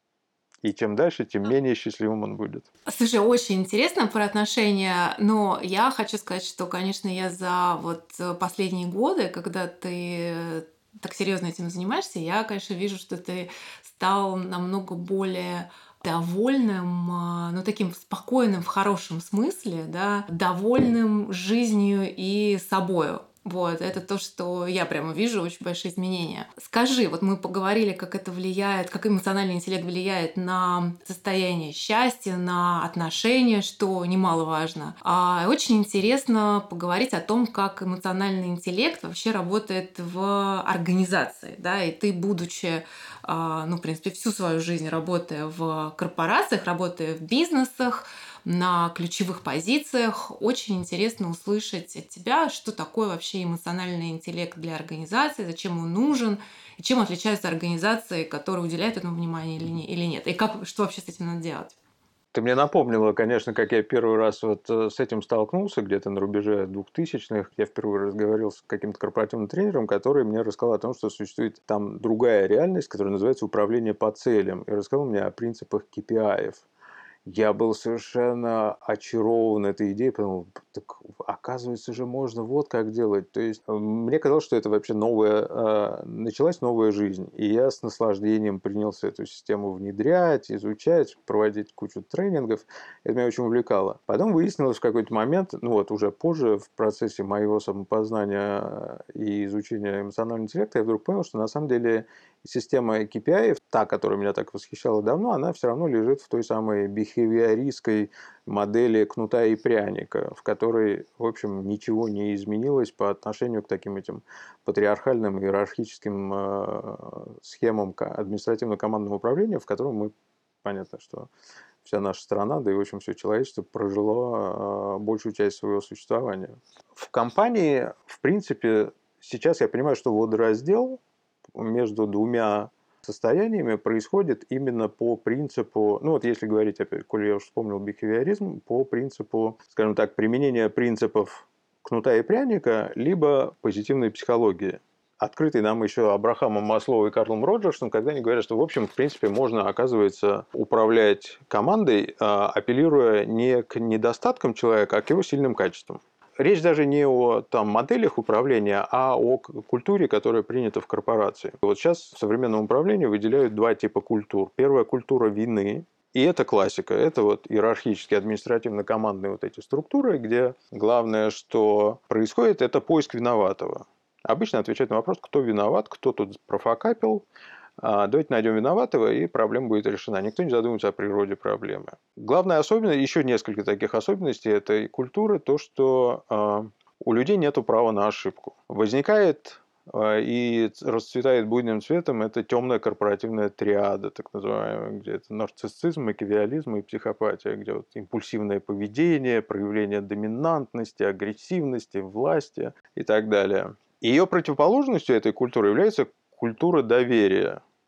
И чем дальше, тем менее счастливым он будет. Слушай, очень интересно про отношения, но я хочу сказать, что, конечно, я за вот э, последние годы, когда ты э, так серьезно этим занимаешься, я, конечно, вижу, что ты стал намного более довольным, а, ну, таким спокойным в хорошем смысле, да, довольным жизнью и собою. Вот, это то, что я прямо вижу, очень большие изменения. Скажи, вот мы поговорили, как это влияет, как эмоциональный интеллект влияет на состояние счастья, на отношения, что немаловажно. А очень интересно поговорить о том, как эмоциональный интеллект вообще работает в организации, да, и ты, будучи, а, ну, в принципе, всю свою жизнь работая в корпорациях, работая в бизнесах, на ключевых позициях. Очень интересно услышать от тебя, что такое вообще эмоциональный интеллект для организации, зачем он нужен, и чем отличаются организации, которые уделяют этому внимание или не- или нет, и как, что вообще с этим надо делать. Ты мне напомнила, конечно, как я первый раз вот э, с этим столкнулся, где-то на рубеже двухтысячных. Я впервые разговаривал с каким-то корпоративным тренером, который мне рассказал о том, что существует там другая реальность, которая называется управление по целям. И рассказал мне о принципах кей пи ай. Я был совершенно очарован этой идеей, подумал, так оказывается же можно вот как делать. То есть э, мне казалось, что это вообще новая, э, началась новая жизнь. И я с наслаждением принялся эту систему внедрять, изучать, проводить кучу тренингов. Это меня очень увлекало. Потом выяснилось в какой-то момент, ну вот уже позже в процессе моего самопознания и изучения эмоционального интеллекта, я вдруг понял, что на самом деле система кей пи ай, та, которая меня так восхищала давно, она все равно лежит в той самой бихевиористской модели кнута и пряника, в которой, в общем, ничего не изменилось по отношению к таким этим патриархальным иерархическим э, схемам административно-командного управления, в котором мы, понятно, что вся наша страна, да и, в общем, все человечество прожило э, большую часть своего существования. В компании, в принципе, сейчас я понимаю, что водораздел между двумя состояниями происходит именно по принципу, ну вот если говорить, опять, коли я уже вспомнил бихевиоризм, по принципу, скажем так, применения принципов кнута и пряника, либо позитивной психологии. Открытый нам еще Абрахамом Маслоу и Карлом Роджерсом, когда они говорят, что, в общем, в принципе, можно, оказывается, управлять командой, апеллируя не к недостаткам человека, а к его сильным качествам. Речь даже не о там, моделях управления, а о культуре, которая принята в корпорации. Вот сейчас в современном управлении выделяют два типа культур. Первая культура вины, и это классика. Это вот иерархические, административно-командные вот эти структуры, где главное, что происходит, это поиск виноватого. Обычно отвечают на вопрос, кто виноват, кто тут профокапил. Давайте найдем виноватого, и проблема будет решена. Никто не задумывается о природе проблемы. Главная особенность, еще несколько таких особенностей этой культуры, то, что э, у людей нет права на ошибку. Возникает э, и расцветает буйным цветом это темная корпоративная триада, так называемая, где это нарциссизм, макиавиализм и психопатия, где вот импульсивное поведение, проявление доминантности, агрессивности, власти и так далее. Ее противоположностью этой культуры является культура доверия,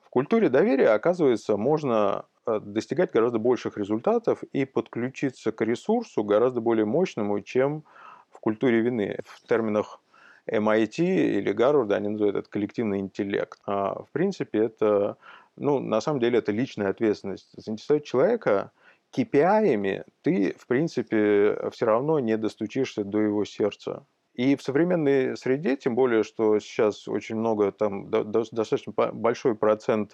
В культуре доверия, оказывается, можно достигать гораздо больших результатов и подключиться к ресурсу гораздо более мощному, чем в культуре вины. В терминах эм ай ти или Гарварда они называют это коллективный интеллект. А в принципе, это, ну, на самом деле, это личная ответственность. Заинтересовать человека кей пи ай-ами ты, в принципе, все равно не достучишься до его сердца. И в современной среде, тем более, что сейчас очень много, там достаточно большой процент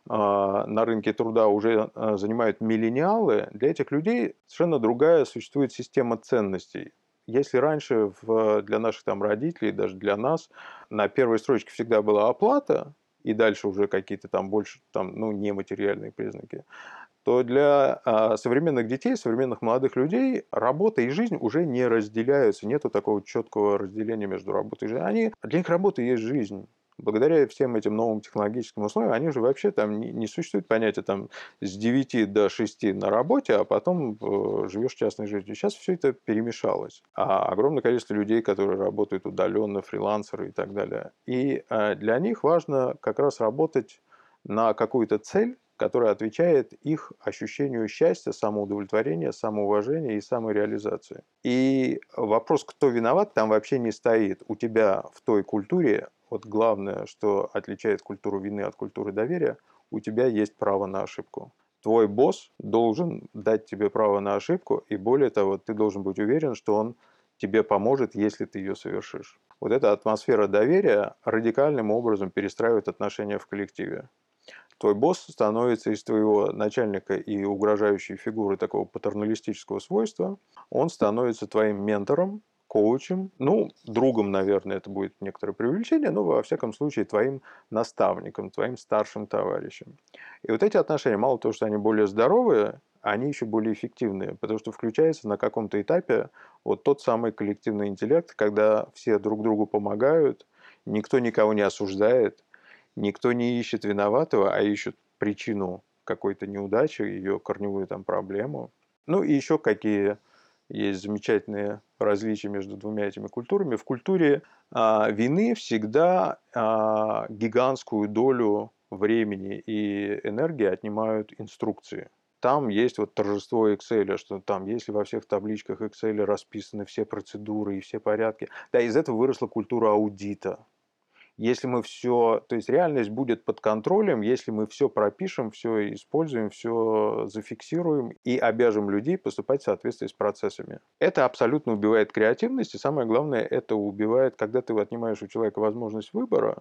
на рынке труда уже занимают миллениалы, для этих людей совершенно другая существует система ценностей. Если раньше в, для наших там родителей, даже для нас, на первой строчке всегда была оплата, и дальше уже какие-то там больше там, ну, нематериальные признаки, то для а, современных детей, современных молодых людей работа и жизнь уже не разделяются. Нету такого четкого разделения между работой и жизнью. Они, для них работа и есть жизнь. Благодаря всем этим новым технологическим условиям, они же вообще там не, не существует понятия там с девяти до шести на работе, а потом э, живешь частной жизнью. Сейчас все это перемешалось. А огромное количество людей, которые работают удаленно, фрилансеры и так далее. И э, для них важно как раз работать на какую-то цель, которая отвечает их ощущению счастья, самоудовлетворения, самоуважения и самореализации. И вопрос, кто виноват, там вообще не стоит. У тебя в той культуре, вот главное, что отличает культуру вины от культуры доверия, у тебя есть право на ошибку. Твой босс должен дать тебе право на ошибку, и более того, ты должен быть уверен, что он тебе поможет, если ты ее совершишь. Вот эта атмосфера доверия радикальным образом перестраивает отношения в коллективе. Твой босс становится из твоего начальника и угрожающей фигуры такого патерналистического свойства, он становится твоим ментором, коучем, ну, другом, наверное, это будет некоторое преувеличение, но, во всяком случае, твоим наставником, твоим старшим товарищем. И вот эти отношения, мало того, что они более здоровые, они еще более эффективные, потому что включается на каком-то этапе вот тот самый коллективный интеллект, когда все друг другу помогают, никто никого не осуждает, никто не ищет виноватого, а ищет причину какой-то неудачи, ее корневую там проблему. Ну и еще какие есть замечательные различия между двумя этими культурами. В культуре а, вины всегда а, гигантскую долю времени и энергии отнимают инструкции. Там есть вот торжество Excel, что там, если во всех табличках Excel расписаны все процедуры и все порядки. Да, из этого выросла культура аудита. Если мы все, то есть реальность будет под контролем, если мы все пропишем, все используем, все зафиксируем и обяжем людей поступать в соответствии с процессами. Это абсолютно убивает креативность, и самое главное, это убивает, когда ты отнимаешь у человека возможность выбора,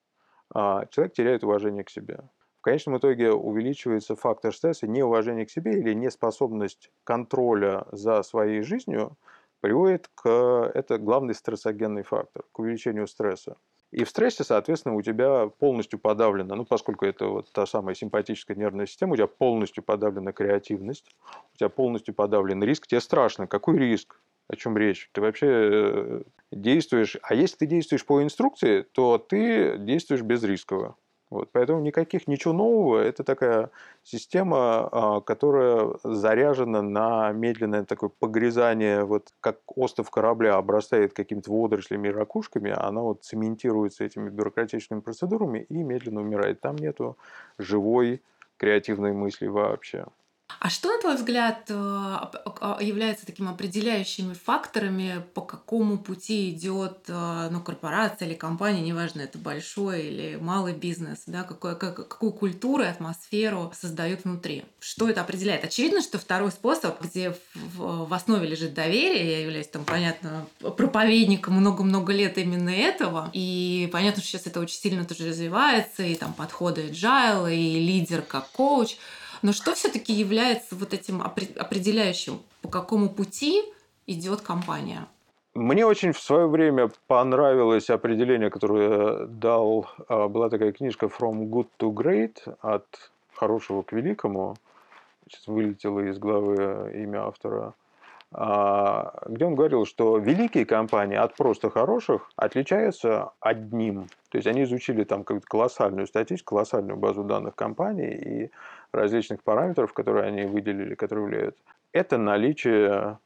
человек теряет уважение к себе. В конечном итоге увеличивается фактор стресса, неуважение к себе или неспособность контроля за своей жизнью приводит к, это главный стрессогенный фактор, к увеличению стресса. И в стрессе, соответственно, у тебя полностью подавлена, ну, поскольку это вот та самая симпатическая нервная система, у тебя полностью подавлена креативность, у тебя полностью подавлен риск, тебе страшно. Какой риск? О чем речь? Ты вообще действуешь, а если ты действуешь по инструкции, то ты действуешь безрисково. Вот, поэтому никаких, ничего нового. Это такая система, которая заряжена на медленное такое погрязание, вот как остов корабля обрастает какими-то водорослями и ракушками, она вот цементируется этими бюрократическими процедурами и медленно умирает. Там нету живой креативной мысли вообще. А что, на твой взгляд, является такими определяющими факторами, по какому пути идет, ну, корпорация или компания, неважно, это большой или малый бизнес, да, какой, как, какую культуру и атмосферу создают внутри? Что это определяет? Очевидно, что второй способ, где в, в основе лежит доверие, я являюсь там, понятно, проповедником много-много лет именно этого, и понятно, что сейчас это очень сильно тоже развивается, и там подходы agile, и лидер как коуч. Но что все-таки является вот этим определяющим, по какому пути идет компания? Мне очень в свое время понравилось определение, которое дал, была такая книжка From Good to Great, от хорошего к великому. Сейчас вылетело из головы имя автора. Где он говорил, что великие компании от просто хороших отличаются одним. То есть они изучили там какую-то колоссальную статистику, колоссальную базу данных компаний и различных параметров, которые они выделили, которые влияют. Это наличие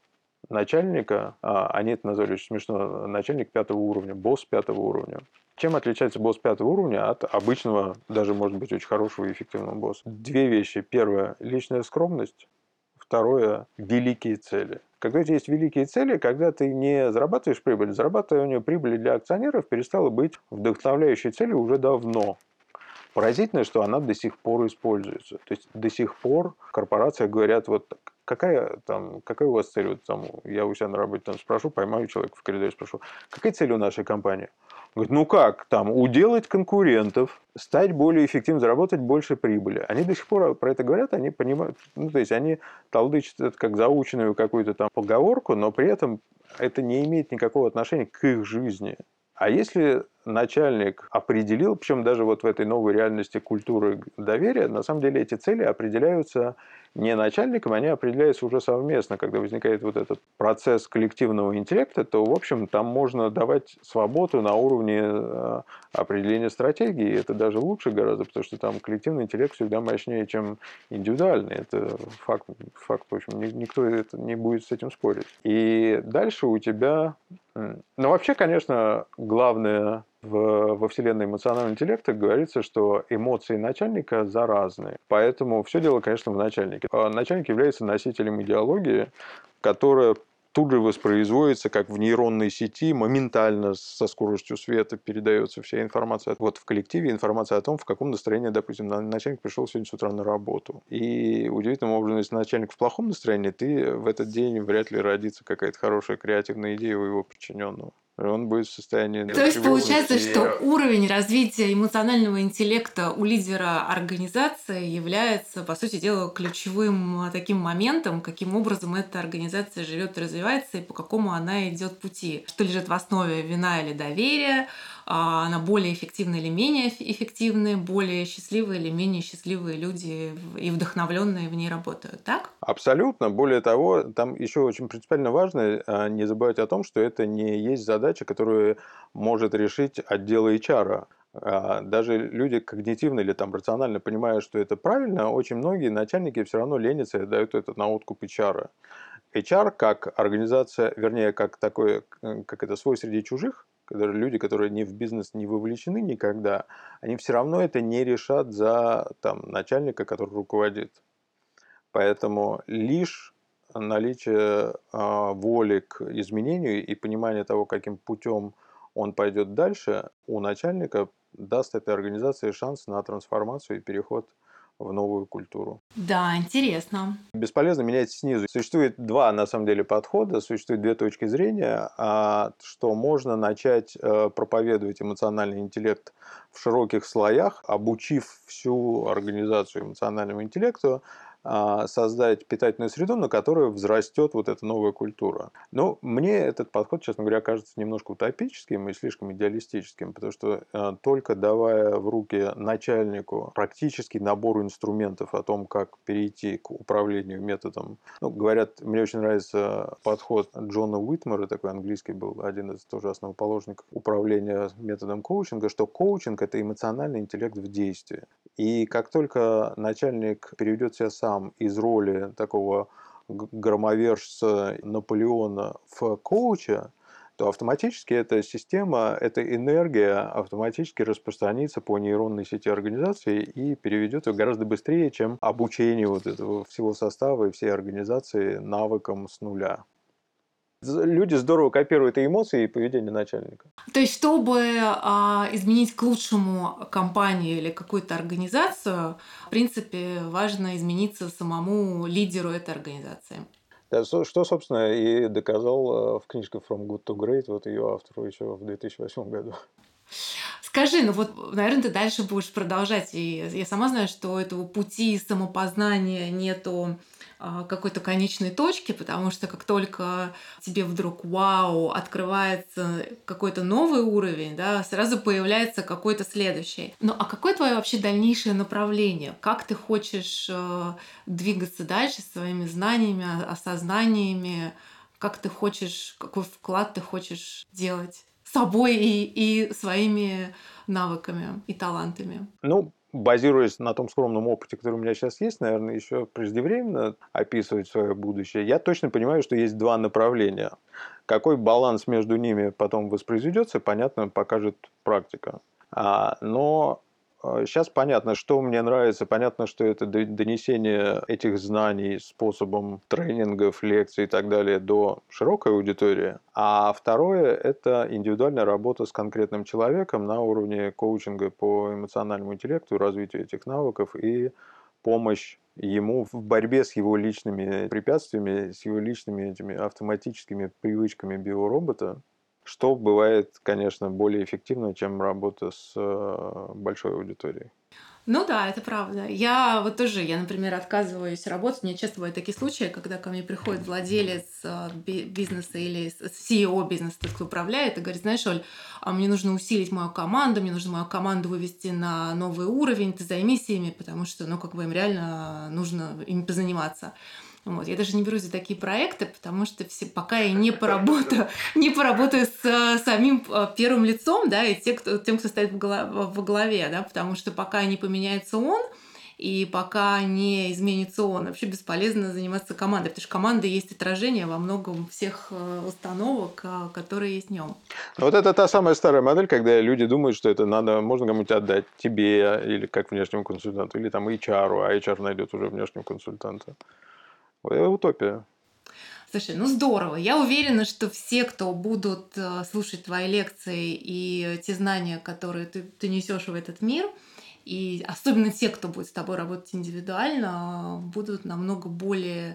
начальника, а, они это назвали очень смешно, начальник пятого уровня, босс пятого уровня. Чем отличается босс пятого уровня от обычного, даже, может быть, очень хорошего и эффективного босса? Две вещи. Первое – личная скромность. Второе – великие цели. Когда у тебя есть великие цели, когда ты не зарабатываешь прибыль, зарабатывание прибыли для акционеров перестало быть вдохновляющей целью уже давно. Поразительно, что она до сих пор используется. То есть до сих пор корпорации говорят, вот какая, там, какая у вас цель? Вот, там, я у себя на работе там, спрошу, поймаю человека в коридоре, спрошу, какая цель у нашей компании? Говорит, ну как, там, уделать конкурентов, стать более эффективным, заработать больше прибыли. Они до сих пор про это говорят, они понимают, ну, то есть они толдычат это как заученную какую-то там поговорку, но при этом это не имеет никакого отношения к их жизни. А если начальник определил, причем даже вот в этой новой реальности культуры доверия, на самом деле эти цели определяются не начальником, они определяются уже совместно. Когда возникает вот этот процесс коллективного интеллекта, то, в общем, там можно давать свободу на уровне определения стратегии. И это даже лучше гораздо, потому что там коллективный интеллект всегда мощнее, чем индивидуальный. Это факт, факт в общем, никто это не будет с этим спорить. И дальше у тебя... Ну, вообще, конечно, главное в, во вселенной эмоционального интеллекта говорится, что эмоции начальника заразны. Поэтому все дело, конечно, в начальнике. Начальник является носителем идеологии, которая тут же воспроизводится, как в нейронной сети, моментально со скоростью света передается вся информация. Вот в коллективе информация о том, в каком настроении, допустим, начальник пришел сегодня с утра на работу. И удивительным образом, если начальник в плохом настроении, ты в этот день вряд ли родится какая-то хорошая креативная идея у его подчиненного. Он будет в состоянии... То есть получается, что уровень развития эмоционального интеллекта у лидера организации является, по сути дела, ключевым таким моментом, каким образом эта организация живет и развивается, и по какому она идет пути. Что лежит в основе: вина или доверие, она более эффективная или менее эффективная, более счастливые или менее счастливые люди и вдохновленные в ней работают, так? Абсолютно. Более того, там еще очень принципиально важно не забывать о том, что это не есть задача, которую может решить отдел эйч ар. Даже люди когнитивно или там рационально понимают, что это правильно, очень многие начальники все равно ленятся и дают это на откуп эйч ар. эйч ар как организация, вернее, как такое, как это, свой среди чужих, люди, которые не в бизнес не вовлечены никогда, они все равно это не решат за там, начальника, который руководит. Поэтому лишь наличие э, воли к изменению и понимание того, каким путем он пойдет дальше, у начальника даст этой организации шанс на трансформацию и переход в новую культуру. Да, интересно. Бесполезно менять снизу. Существует два, на самом деле, подхода, существует две точки зрения, что можно начать проповедовать эмоциональный интеллект в широких слоях, обучив всю организацию эмоциональному интеллекту, создать питательную среду, на которой взрастет вот эта новая культура. Но мне этот подход, честно говоря, кажется немножко утопическим и слишком идеалистическим, потому что только давая в руки начальнику практический набор инструментов о том, как перейти к управлению методом, ну, говорят, мне очень нравится подход Джона Уитмера, такой английский был, один из тоже основоположников управления методом коучинга, что коучинг – это эмоциональный интеллект в действии. И как только начальник переведет себя сам из роли такого громовержца Наполеона в коуча, то автоматически эта система, эта энергия автоматически распространится по нейронной сети организации и переведет ее гораздо быстрее, чем обучение вот этого всего состава и всей организации навыкам с нуля. Люди здорово копируют и эмоции, и поведение начальника. То есть, чтобы а, изменить к лучшему компанию или какую-то организацию, в принципе, важно измениться самому лидеру этой организации. Да, что, собственно, и доказал в книжке From Good to Great, вот ее автору еще в две тысячи восьмом году. Скажи, ну вот, наверное, ты дальше будешь продолжать. И я сама знаю, что этого пути самопознания нету какой-то конечной точки, потому что как только тебе вдруг вау, открывается какой-то новый уровень, да, сразу появляется какой-то следующий. Ну а какое твое вообще дальнейшее направление? Как ты хочешь э, двигаться дальше своими знаниями, осознаниями? Как ты хочешь, какой вклад ты хочешь делать собой и, и своими навыками и талантами? Ну, базируясь на том скромном опыте, который у меня сейчас есть, наверное, еще преждевременно описывать свое будущее. Я точно понимаю, что есть два направления. Какой баланс между ними потом воспроизведется, понятно, покажет практика. А, но сейчас понятно, что мне нравится. Понятно, что это донесение этих знаний способом тренингов, лекций и так далее до широкой аудитории. А второе – это индивидуальная работа с конкретным человеком на уровне коучинга по эмоциональному интеллекту, развитию этих навыков и помощь ему в борьбе с его личными препятствиями, с его личными этими автоматическими привычками биоробота. Что бывает, конечно, более эффективно, чем работа с большой аудиторией. Ну да, это правда. Я вот тоже, я, например, отказываюсь работать. У меня часто бывают такие случаи, когда ко мне приходит владелец бизнеса или си и о бизнеса, тот, кто управляет, и говорит: знаешь, Оль, а мне нужно усилить мою команду, мне нужно мою команду вывести на новый уровень, ты займись ими, потому что, ну, как бы им реально нужно ими позаниматься. Вот. Я даже не берусь за такие проекты, потому что все, пока я не поработаю, не поработаю с самим первым лицом, да, и те, кто, тем, кто стоит во главе, да, потому что пока не поменяется он, и пока не изменится он, вообще бесполезно заниматься командой, потому что команда есть отражение во многом всех установок, которые есть в нем. Вот это та самая старая модель, когда люди думают, что это надо, можно кому-нибудь отдать, тебе, или как внешнему консультанту, или там эйч ар, а эйч ар найдет уже внешнего консультанта. Это утопия. Слушай, ну здорово. Я уверена, что все, кто будут слушать твои лекции и те знания, которые ты, ты несешь в этот мир, и особенно те, кто будет с тобой работать индивидуально, будут намного более,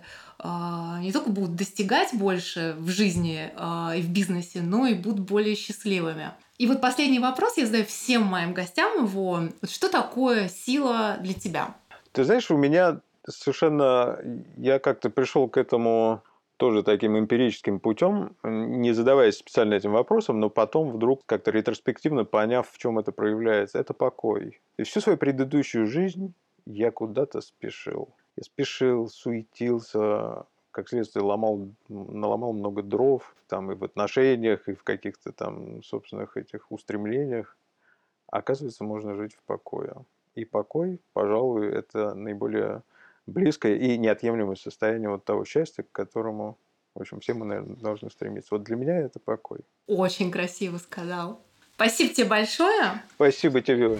не только будут достигать больше в жизни и в бизнесе, но и будут более счастливыми. И вот последний вопрос я задаю всем моим гостям его. Вот что такое сила для тебя? Ты знаешь, у меня совершенно... Я как-то пришел к этому тоже таким эмпирическим путем, не задаваясь специально этим вопросом, но потом вдруг как-то ретроспективно поняв, в чем это проявляется. Это покой. И всю свою предыдущую жизнь я куда-то спешил. Я спешил, суетился, как следствие ломал, наломал много дров там и в отношениях, и в каких-то там собственных этих устремлениях. А оказывается, можно жить в покое. И покой, пожалуй, это наиболее близкое и неотъемлемое состояние вот того счастья, к которому, в общем, все мы, наверное, должны стремиться. Вот для меня это покой. Очень красиво сказал. Спасибо тебе большое. Спасибо тебе.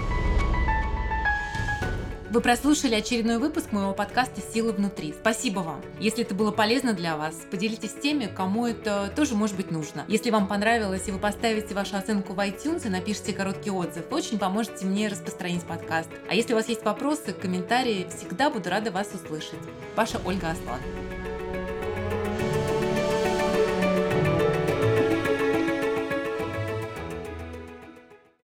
Вы прослушали очередной выпуск моего подкаста «Сила внутри». Спасибо вам. Если это было полезно для вас, поделитесь с теми, кому это тоже может быть нужно. Если вам понравилось и вы поставите вашу оценку в iTunes и напишите короткий отзыв, вы очень поможете мне распространить подкаст. А если у вас есть вопросы, комментарии, всегда буду рада вас услышать. Ваша Ольга Аслан.